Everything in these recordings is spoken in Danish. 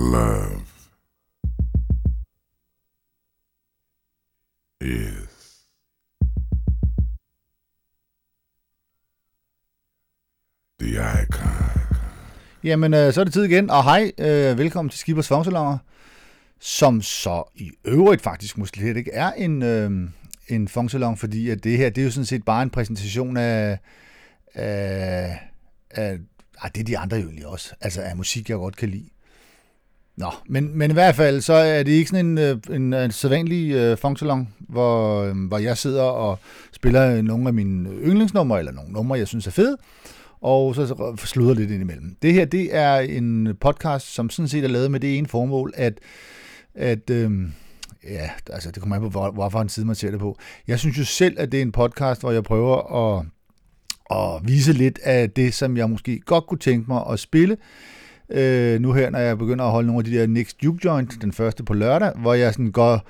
Love is the icon. Jamen, så er det tid igen, og hej, velkommen til Skippers Funksalonger, som så i øvrigt faktisk måske slet ikke er en funksalon, fordi at det her, det er jo sådan set bare en præsentation af det er de andre jo egentlig også, altså af musik, jeg godt kan lide. Nå, men i hvert fald, så er det ikke sådan en sædvanlig funksalon, hvor jeg sidder og spiller nogle af mine yndlingsnumre, eller nogle numre, jeg synes er fede, og så slutter lidt ind imellem. Det her, det er en podcast, som sådan set er lavet med det ene formål, at altså det kommer an på, hvorfor en side man ser det på. Jeg synes jo selv, at det er en podcast, hvor jeg prøver at vise lidt af det, som jeg måske godt kunne tænke mig at spille. Nu her, når jeg begynder at holde nogle af de der Next Juke Joint, den første på lørdag, hvor jeg sådan går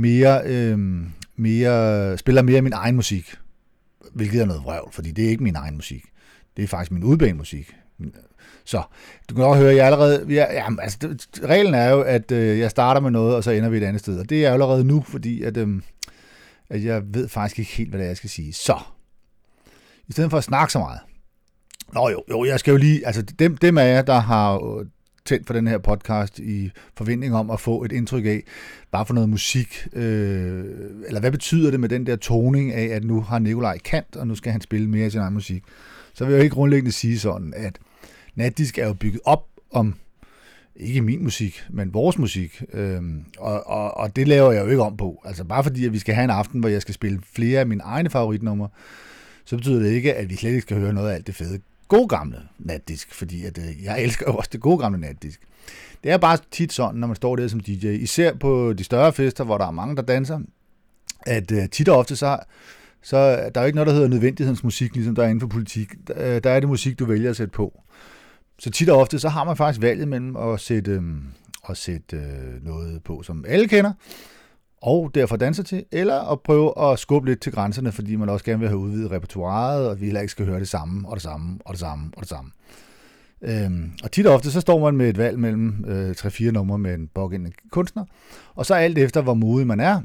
spiller mere min egen musik. Hvilket er noget vrøvl, fordi det er ikke min egen musik. Det er faktisk min udbanemusik. Så, du kan også høre, jeg allerede... reglen er jo, at jeg starter med noget, og så ender vi et andet sted. Og det er allerede nu, fordi at jeg ved faktisk ikke helt, hvad det er, jeg skal sige. Så, i stedet for at snakke så meget. Jo, jeg skal jo lige... Altså, dem af jer, der har tændt for den her podcast i forventning om at få et indtryk af, bare for noget musik, eller hvad betyder det med den der toning af, at nu har Nikolaj kant, og nu skal han spille mere af sin egen musik. Så vil jeg jo ikke grundlæggende sige sådan, at Natdisk er jo bygget op om, ikke min musik, men vores musik, og det laver jeg jo ikke om på. Altså bare fordi, at vi skal have en aften, hvor jeg skal spille flere af mine egne favoritnumre, så betyder det ikke, at vi slet ikke skal høre noget af alt det fede, gode gamle Natdisk, fordi at, jeg elsker jo også det gode gamle Natdisk. Det er bare tit sådan, når man står der som DJ, især på de større fester, hvor der er mange, der danser, at tit og ofte så der er jo ikke noget, der hedder nødvendighedsmusik, ligesom der er inden for politik. Der er det musik, du vælger at sætte på. Så tit og ofte, så har man faktisk valget mellem at sætte noget på, som alle kender, og derfor danser til, eller at prøve at skubbe lidt til grænserne, fordi man også gerne vil have udvidet repertoiret, og vi heller ikke skal høre det samme, og det samme, og det samme, og det samme. Og tit og ofte, så står man med et valg mellem 3-4 numre med en pågældende kunstner, og så alt efter, hvor modig man er,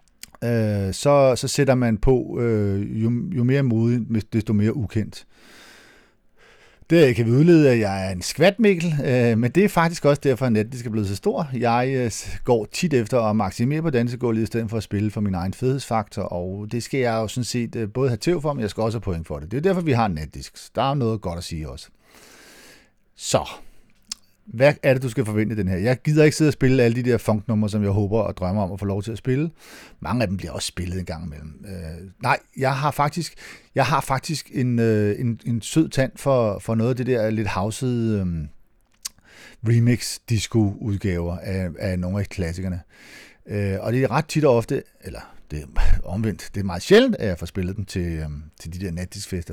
så sætter man på, jo mere modig, desto mere ukendt. Det kan vi udlede, at jeg er en skvatmikkel, men det er faktisk også derfor, at Natdisk er blevet så stor. Jeg går tit efter at maksimere på dansegulvet, i stedet for at spille for min egen fedhedsfaktor, og det skal jeg jo sådan set både have tæv for, men jeg skal også have point for det. Det er derfor, vi har en Natdisk. Der er noget godt at sige også. Så, hvad er det, du skal forvente den her? Jeg gider ikke sidde og spille alle de der funknumre, som jeg håber og drømmer om at få lov til at spille. Mange af dem bliver også spillet en gang imellem. Nej, jeg har faktisk en sød tand for noget af det der lidt housede remix disco udgaver af nogle af klassikerne. Og det er ret tit og ofte, eller det er omvendt, det er meget sjældent, at jeg får spillet dem til de der Natdisk-fester.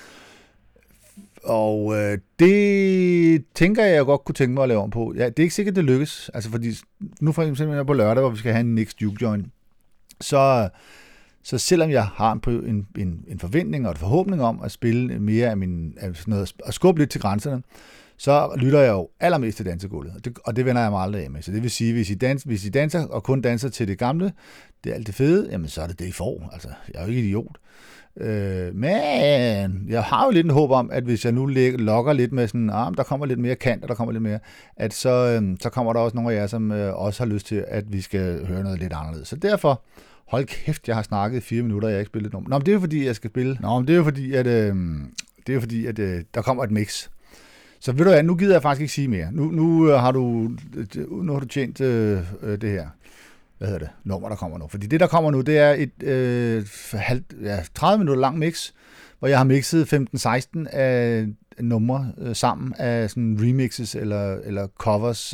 Og det tænker jeg godt kunne tænke mig at lave om på. Ja, det er ikke sikkert, det lykkes. Altså fordi nu for eksempel på lørdag, hvor vi skal have en Next Juke Joint, så selvom jeg har en forventning og en forhåbning om at spille mere af sådan noget, og skubbe lidt til grænserne, så lytter jeg jo allermest til dansegulvet, og det vender jeg mig aldrig af med. Så det vil sige, hvis I danser og kun danser til det gamle, det er alt det fede, jamen så er det I får. Altså, jeg er jo ikke idiot. Men jeg har jo lidt en håb om, at hvis jeg nu lokker lidt med sådan, der kommer lidt mere kant, og der kommer lidt mere, at så kommer der også nogle af jer, som også har lyst til, at vi skal høre noget lidt anderledes. Så derfor, hold kæft, jeg har snakket 4 minutter, og jeg har ikke spillet noget. Nå, men det er jo fordi, jeg skal spille. Nå, men det er jo fordi, at der kommer et mix. Så ved du hvad, nu gider jeg faktisk ikke sige mere. Nu har du tjent det her. Hvad hedder det? Nummer, der kommer nu. Fordi det, der kommer nu, det er et 30 minutter lang mix, hvor jeg har mixet 15-16 af numre sammen af sådan remixes eller covers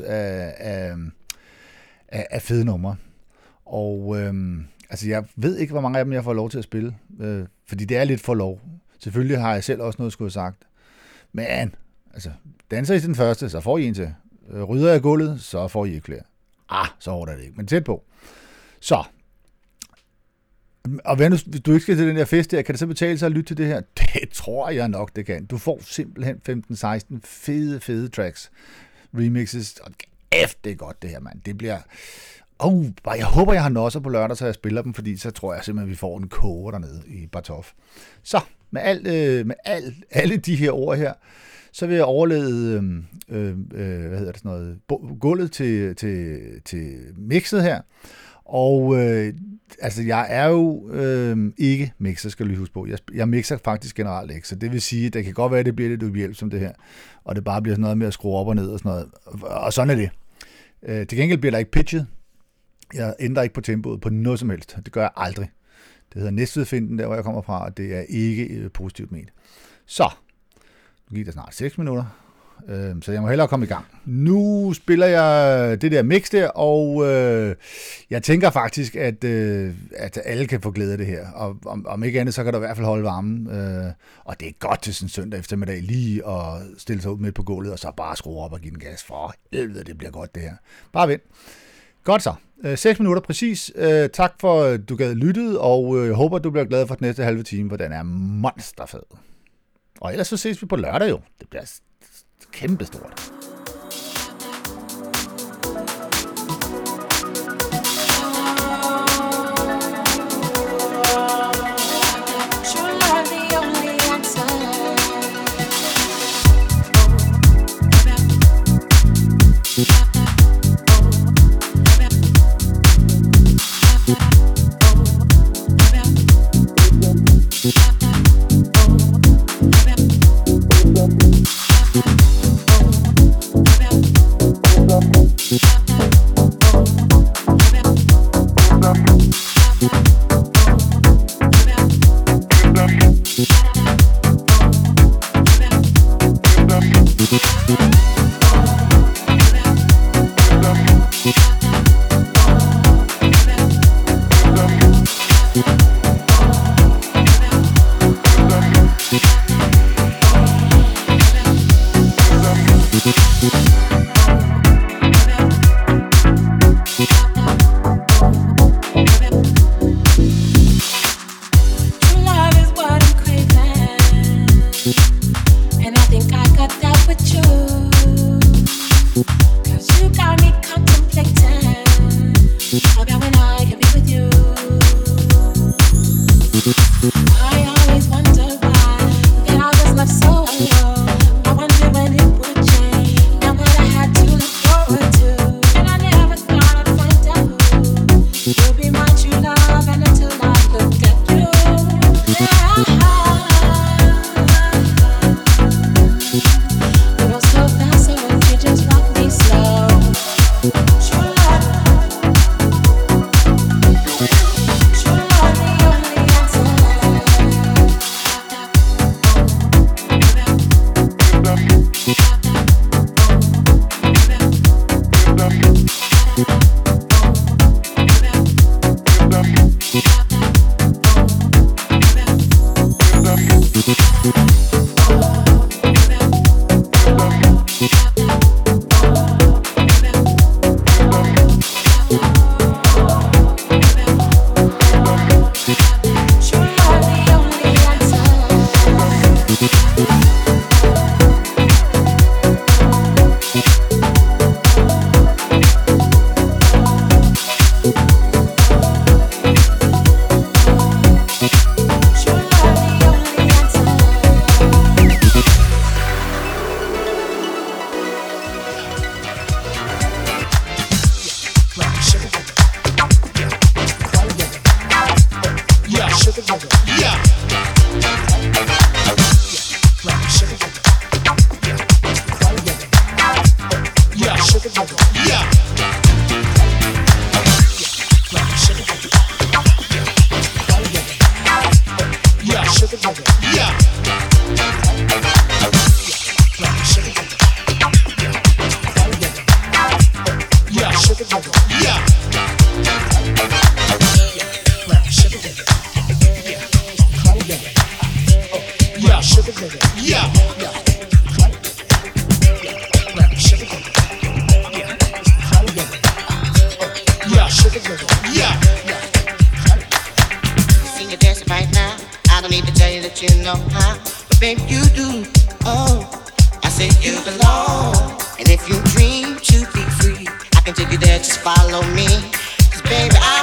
af fede numre. Og altså, jeg ved ikke, hvor mange af dem jeg får lov til at spille, fordi det er lidt for lov. Selvfølgelig har jeg selv også noget skulle have sagt. Men, altså, danser I den første, så får I en til. Rydder jeg gulvet, så får I ikke flere. Så hårdt er det ikke, men tæt på. Så. Og hvis du ikke skal til den der fest der, kan det så betale sig at lytte til det her? Det tror jeg nok, det kan. Du får simpelthen 15-16 fede tracks, remixes, det er godt det her, mand. Det bliver... jeg håber, jeg har nosser på lørdag, så jeg spiller dem, fordi så tror jeg simpelthen, vi får en koger dernede i Bartof. Så, med alle de her ord her, så vil jeg overlede gulvet til mixet her. Og jeg er jo ikke mixer, skal du lige huske på. Jeg mixer faktisk generelt ikke, så det vil sige, at det kan godt være, at det bliver lidt ubehjælpsomt det her, og det bare bliver sådan noget med at skrue op og ned og sådan noget. Og sådan er det. Til gengæld bliver der ikke pitchet. Jeg ændrer ikke på tempoet på noget som helst. Det gør jeg aldrig. Det hedder Næstvedfinden, der hvor jeg kommer fra, og det er ikke positivt ment. Så, nu gik der snart 6 minutter, så jeg må hellere komme i gang. Nu spiller jeg det der mix der, og jeg tænker faktisk, at alle kan få glæde af det her. Og om ikke andet, så kan der i hvert fald holde varmen. Og det er godt til sådan en søndag eftermiddag lige at stille sig ud midt på gulvet, og så bare skrue op og give den gas. For helvede, det bliver godt det her. Bare vent. Godt så. 6 minutter præcis. Tak for, at du gad lyttet, og jeg håber, du bliver glad for den næste halve time, for den er monsterfed. Og ellers så ses vi på lørdag jo. Det bliver kæmpestort. Baby, you do. Oh, I say you belong. And if you dream to be free, follow me. 'Cause baby, I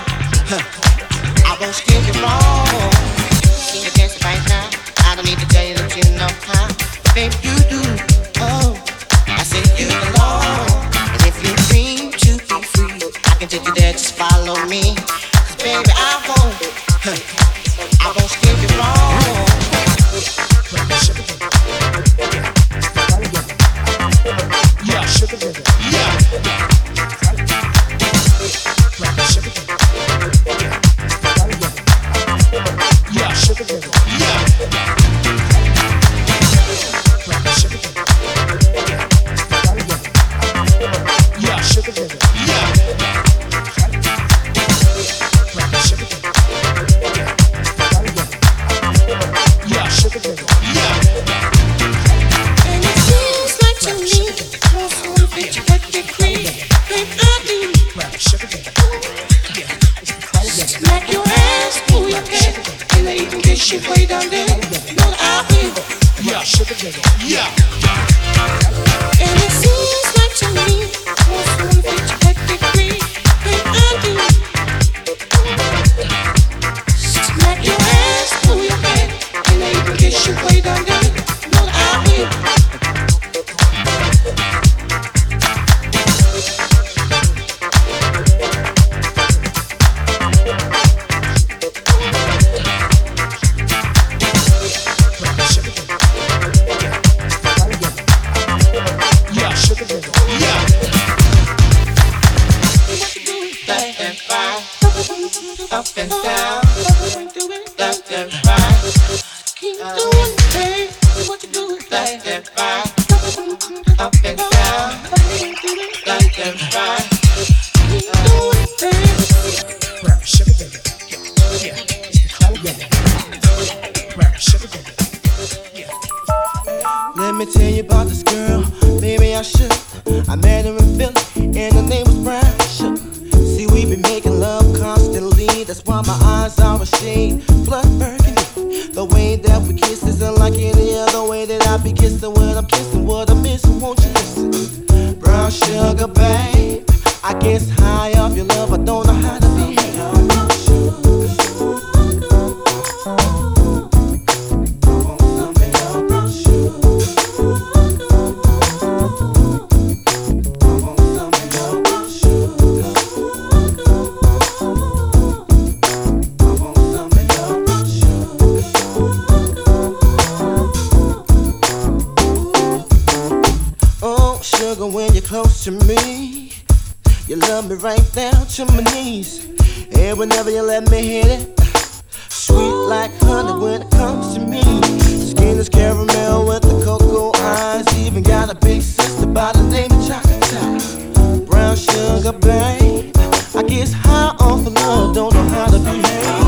won't skip you wrong. Can you dance right now? I don't need to tell you that you know how. Baby, you do. Oh, I said you belong. And if you dream to be free, I can take you there, just follow me. 'Cause baby, I won't skip you wrong. Yeah, sugar baby. Yeah. Yeah, sugar baby. Yeah. Yeah, sugar baby. Yeah. Yeah, sugar baby. Yeah. And it seems like to me, most one fit you like the cream. Babe, I do. Smack your ass, pull your head, and I even get shit way down there. Know that I will. Yeah, sugar baby. Yeah. And it seems like to me, most one fit you like the cream. Babe, I do. Smack your ass, pull your head, and I even get shit way down there. Know that I will. Yeah, sugar baby. Yeah. Left and right, up and down, left and right. Keep doing, babe. What you do? Left and right, up and down, left and right. Keep doing, babe. Sugar baby. Yeah. Sugar baby. Let me tell you about this girl, maybe I should. I met her in Philly, and her name was Brown Sugar. See, we been making love constantly, that's why my eyes are a shade blood burgundy. The way that we kiss isn't like any other way that I be kissing when I'm kissing what I'm missing, won't you listen? Brown sugar, babe, I guess high off your love, I don't know how to behave. When you're close to me, you love me right down to my knees. And whenever you let me hit it, sweet like honey when it comes to me. Skin is caramel with the cocoa eyes. Even got a big sister by the name of Chocolate. Brown sugar, babe, I guess high off of love, don't know how to behave.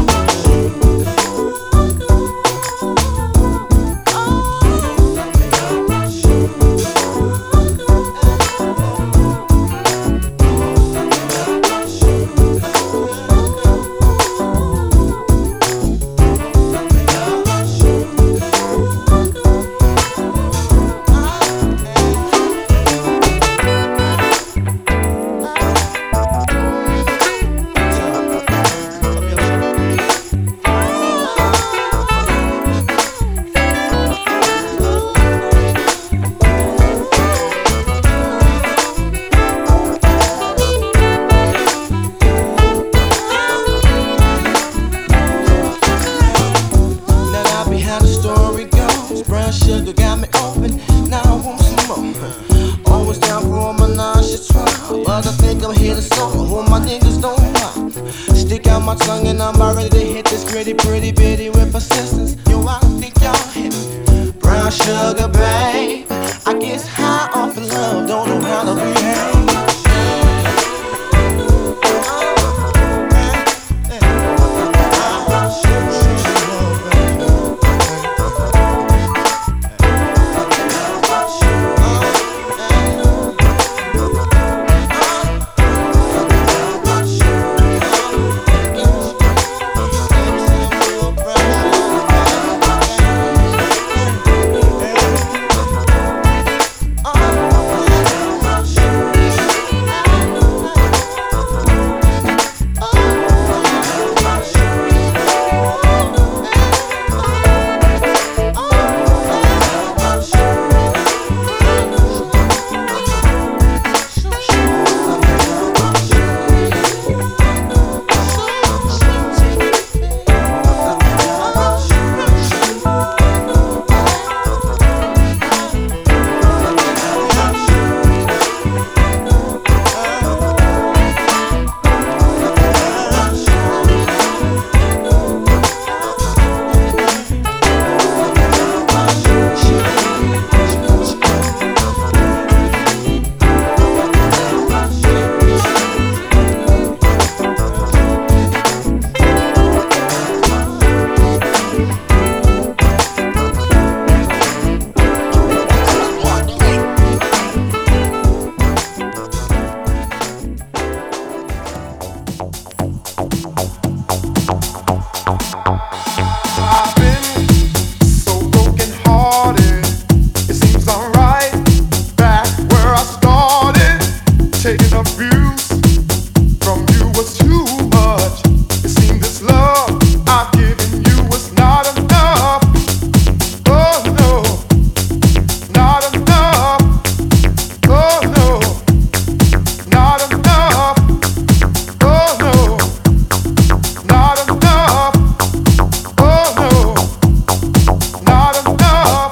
taking abuse from you was too much. It seemed this love I've given you was not enough. Oh no, not enough. Oh no, not enough. Oh no, not enough. Oh no, not enough.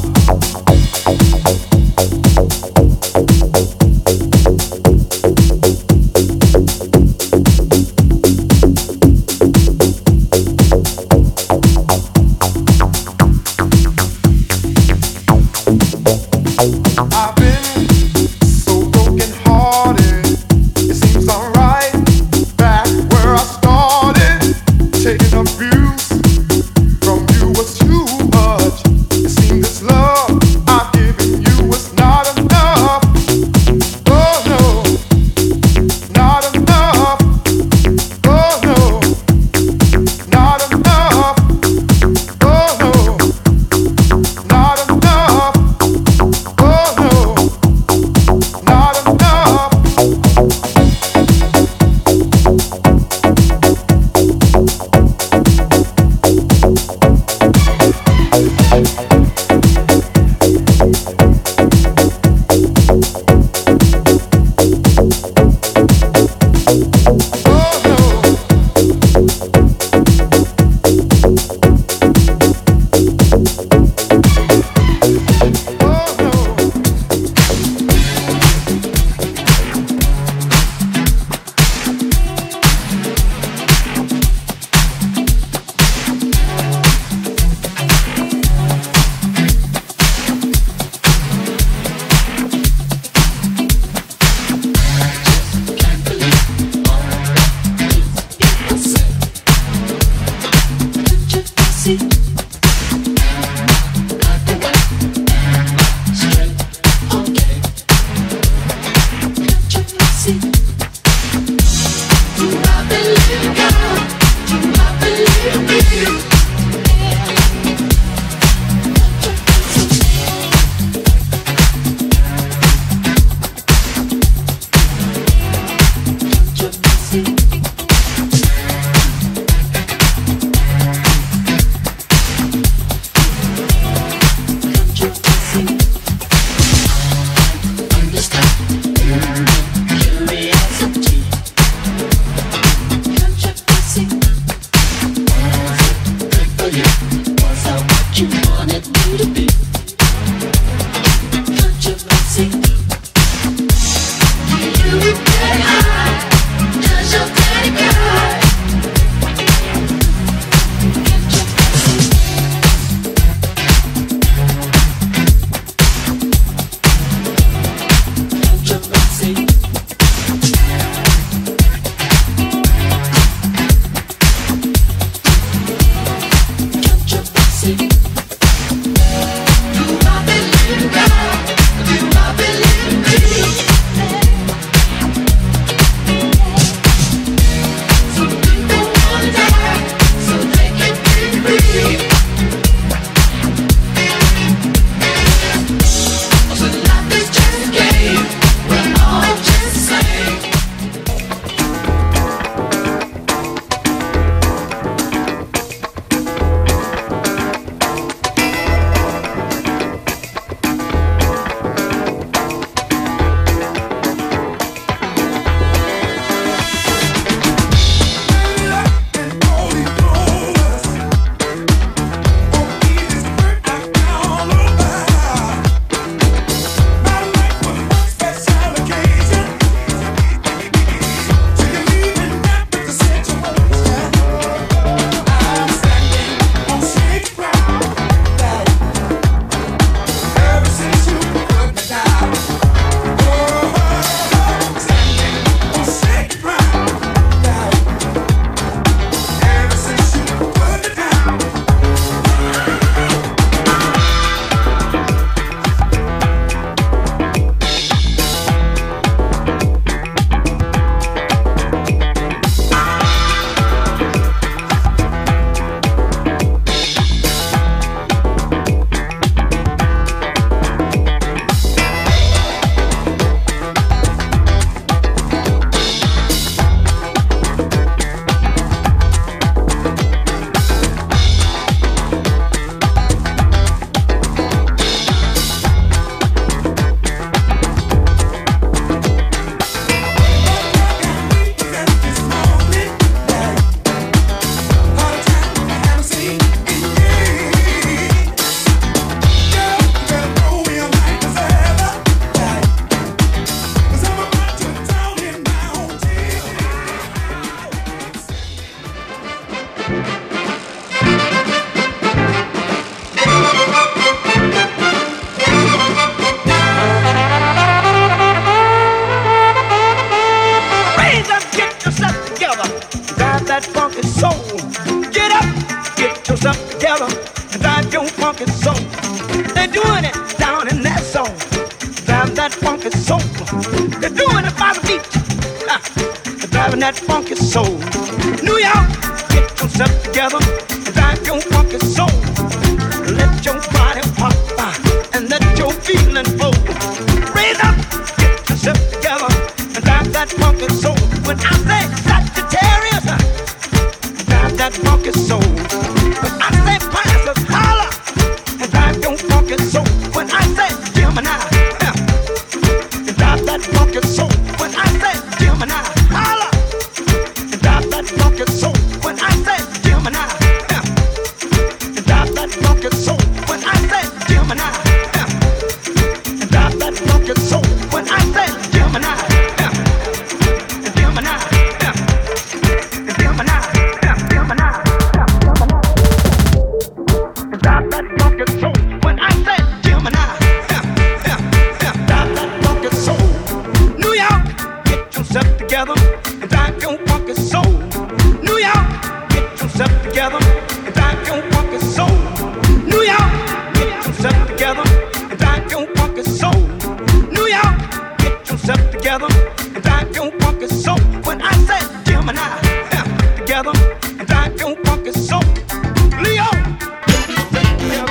I've been so broken hearted. It seems I'm right back where I started. Taking abuse from you was too much. It seemed this love I've given you was not enough. Oh no, not enough. Oh no, not enough. Oh no, not enough. Oh no, not enough. Oh no. Oh no. that funky soul. Get up, get yourself together, and drive your funky soul. They're doing it down in that zone. Drive that funky soul. They're doing it by the beat. They're driving that funky soul. New York, get yourself together, and drive your funky soul. Let your body pop and let your feeling flow. Raise up, get yourself together, and drive that funky soul. When I say Sagittarius, drive that funky soul. When I say Pisces, holla, and drive your funky soul. When I say Gemini, drive that funky soul. When I say Gemini, holla, and drive that funky soul. When I say Gemini, drive that funky soul. When I say Gemini, drive that funky soul. When I say Gemini, Gemini, Gemini, Gemini, drive that funky soul. When I say Gemini, drive that funky soul. New York, get yourself together and drive your funky soul. New York, get yourself together and drive your funky soul. New York, get yourself together and drive your funky soul. New York, get yourself together and drive your funky soul. When I say Gemini, together and drive your funky soul. Leo, get yourself together.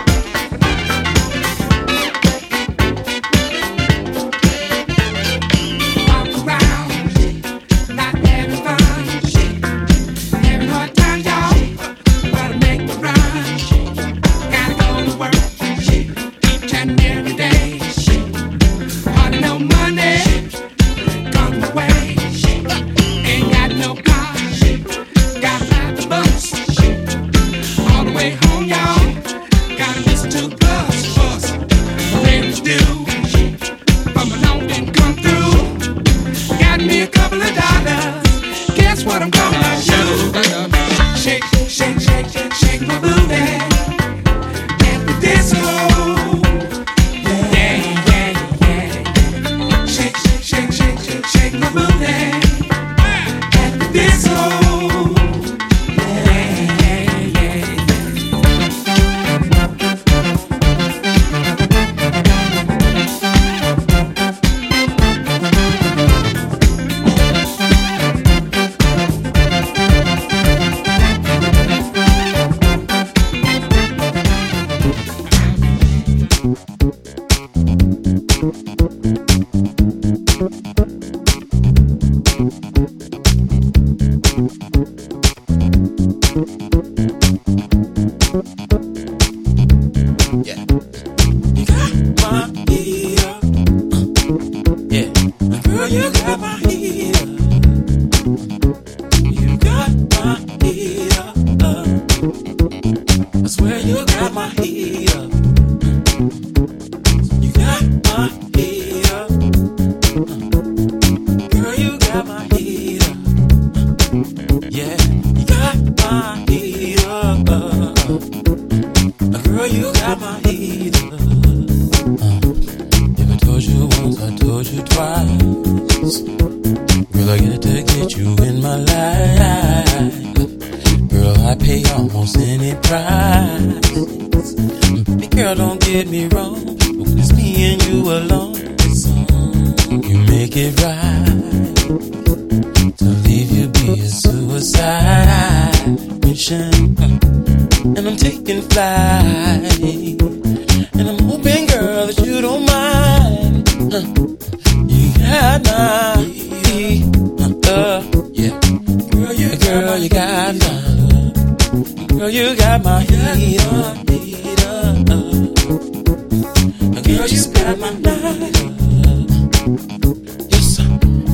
Walk around, not having fun, having hard time, y'all. Gotta make the run, gotta go to work, each and every day. Hardly no money comes my way. Ain't got no car, gotta ride the bus all the way home, y'all. Gotta listen to the bus, baby, do. But my loan didn't come through. Got me a couple of dollars. Guess what I'm gonna do? Shake, shake, shake, shake, shake my booty. Get the disco. Yeah, yeah, yeah. Shake, shake, shake, shake, shake, shake my booty. Get the disco. Yeah, yeah, yeah. You got my heat up. Yeah. Girl, you got my heat up. You got my heat up. I swear you got my heat up. You got my heat up. Girl, you got my heat up. Yeah. You got my heat up. Girl, you got my heat up. If I told you once, I told you twice. Girl, I got to get you in my life. Girl, I pay almost any price. Girl, don't get me wrong. It's me and you alone. You make it right. To leave you be a suicide mission. And I'm taking flight. And I'm hoping, girl, that you don't mind. You got my heat yeah. Girl, you got my girl, you got my heat up. Girl, you got my night. You're so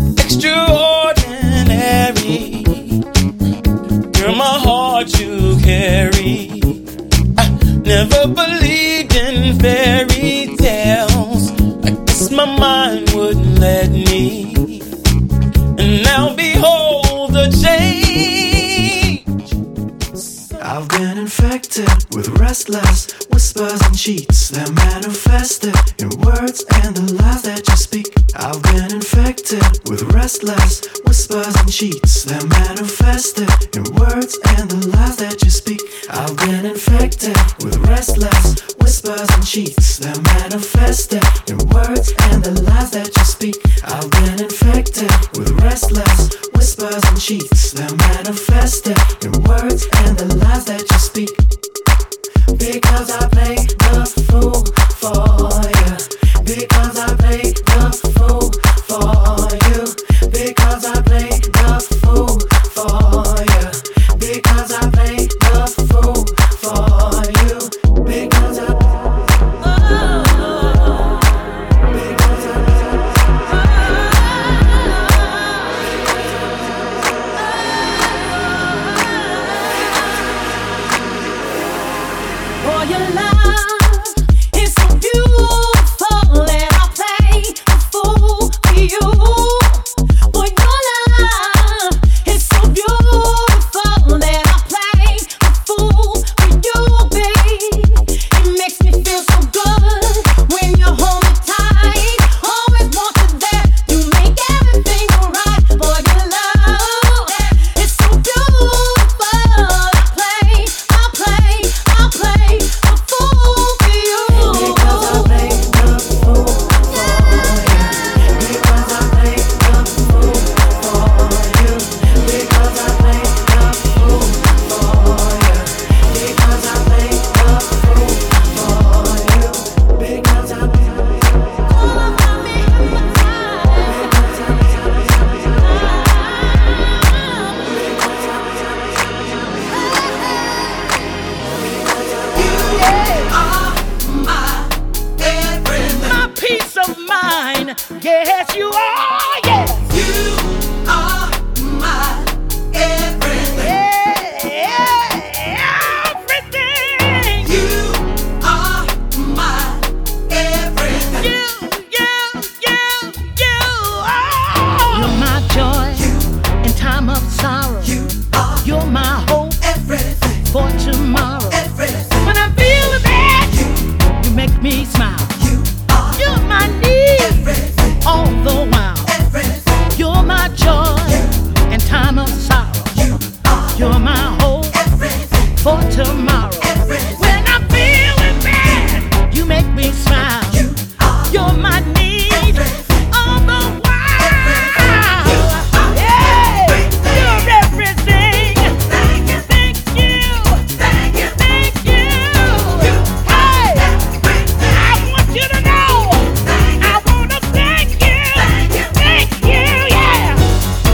extraordinary. Girl, my heart you carry. I never believed in fairy tales. I guess my mind wouldn't let me. And now behold the change. I've been infected with restless, with whispers and cheats. They're manifested in words and the lies that you speak. I've been infected with restless whispers and cheats. They're manifested in words and the lies that you speak. I've been infected with restless whispers and cheats. They're manifested in words and the lies that you speak. I've been infected with restless whispers and cheats. They're manifested in words and the lies that you speak. Because I play the fool for you. Because I play the fool for you. Because I play the fool for you. Because I play the fool for you. Because I For your love is so beautiful, and I'll play the fool for you. For your love is so beautiful, and I'll play the fool for you, babe. It makes me feel so good when you hold me tight. Always want you there, you make everything alright. For your love is so beautiful, I'll play the fool for you. Because I play the fool for you. Because I play the fool for you. Because I play the fool for you. Because I play the fool for you. Because I All about me My peace of mind. Yes, you are. Yes. You are my everything. Everything. You are my everything. You are. You're my joy in time of sorrow. You're my hope for tomorrow. When I'm feeling bad, you make me smile. You're my need all the while. You're my joy in time of sorrow. You're my hope for tomorrow. When I'm feeling bad, you make me smile. You're my need all the while. Yeah, you're everything. Thank you. Hey, I want you to know. I wanna thank you. Thank you, yeah.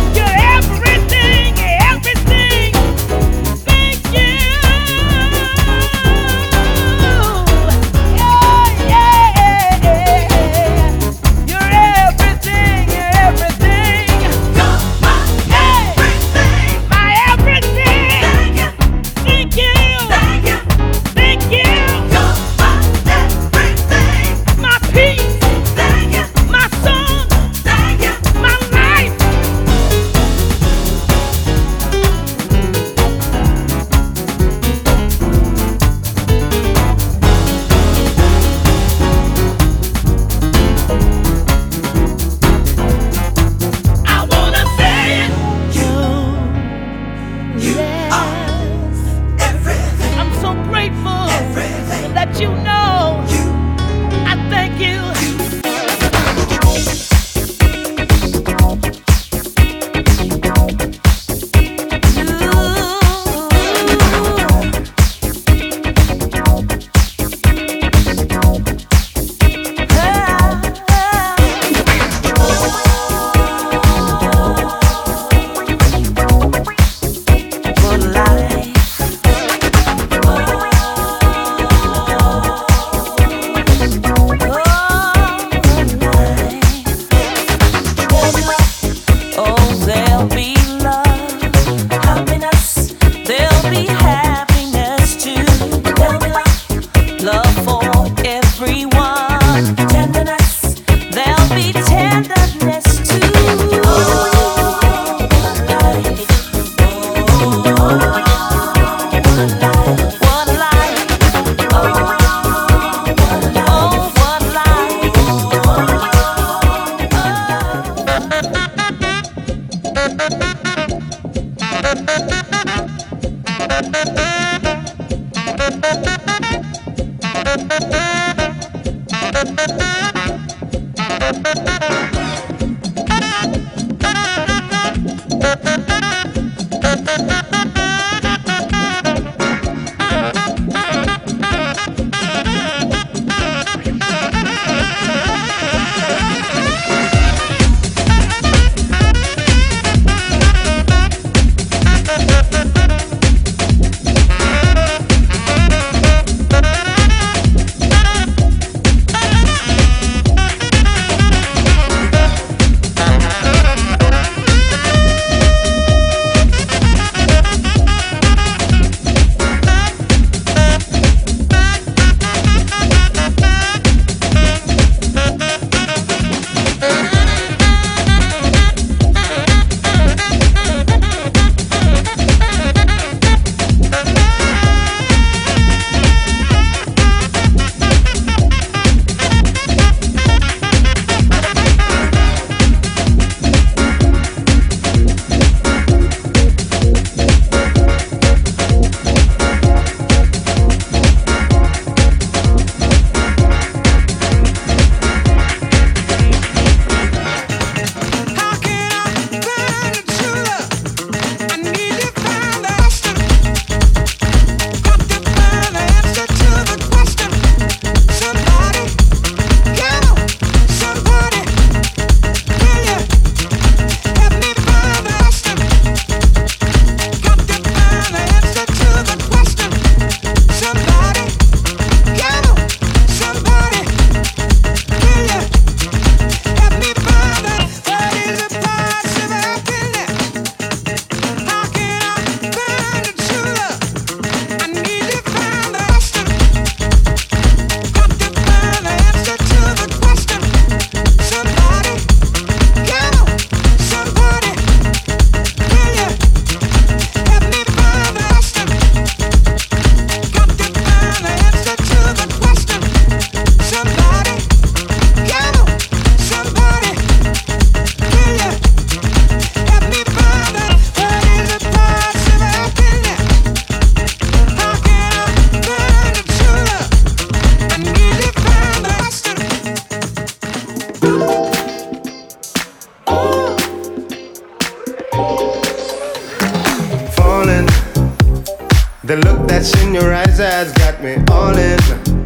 The look that's in your eyes has got me all in.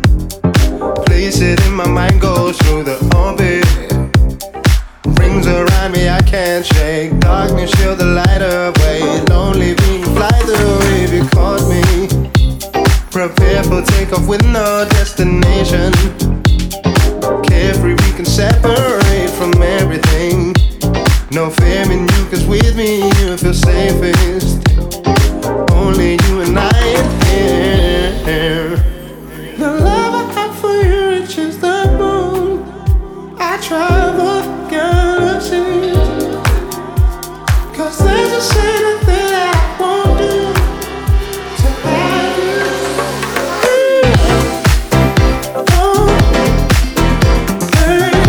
Place it in my mind, goes through the orbit. Rings around me, I can't shake. Darkness, shield the light away. Lonely being fly the wave you caught me. Prepare for takeoff with no destination. Carefree, we can separate from everything. No fear in you, cause with me you feel safest. Only you and I here. The love I have for you reaches the moon. I travel galaxies, cause there's a certain thing that I won't do to have you. Oh, hey,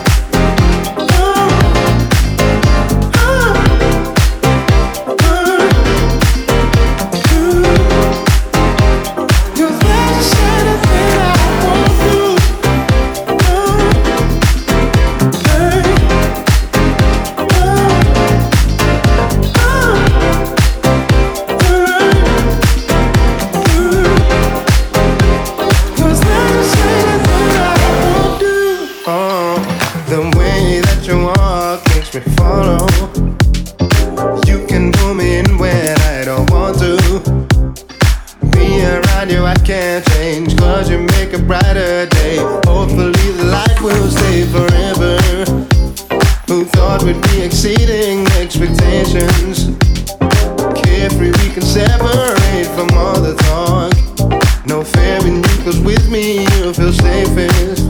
brighter day. Hopefully the light will stay forever. Who thought we'd be exceeding expectations? Carefree, we can separate from all the talk. No fear in you, cause with me you feel safest.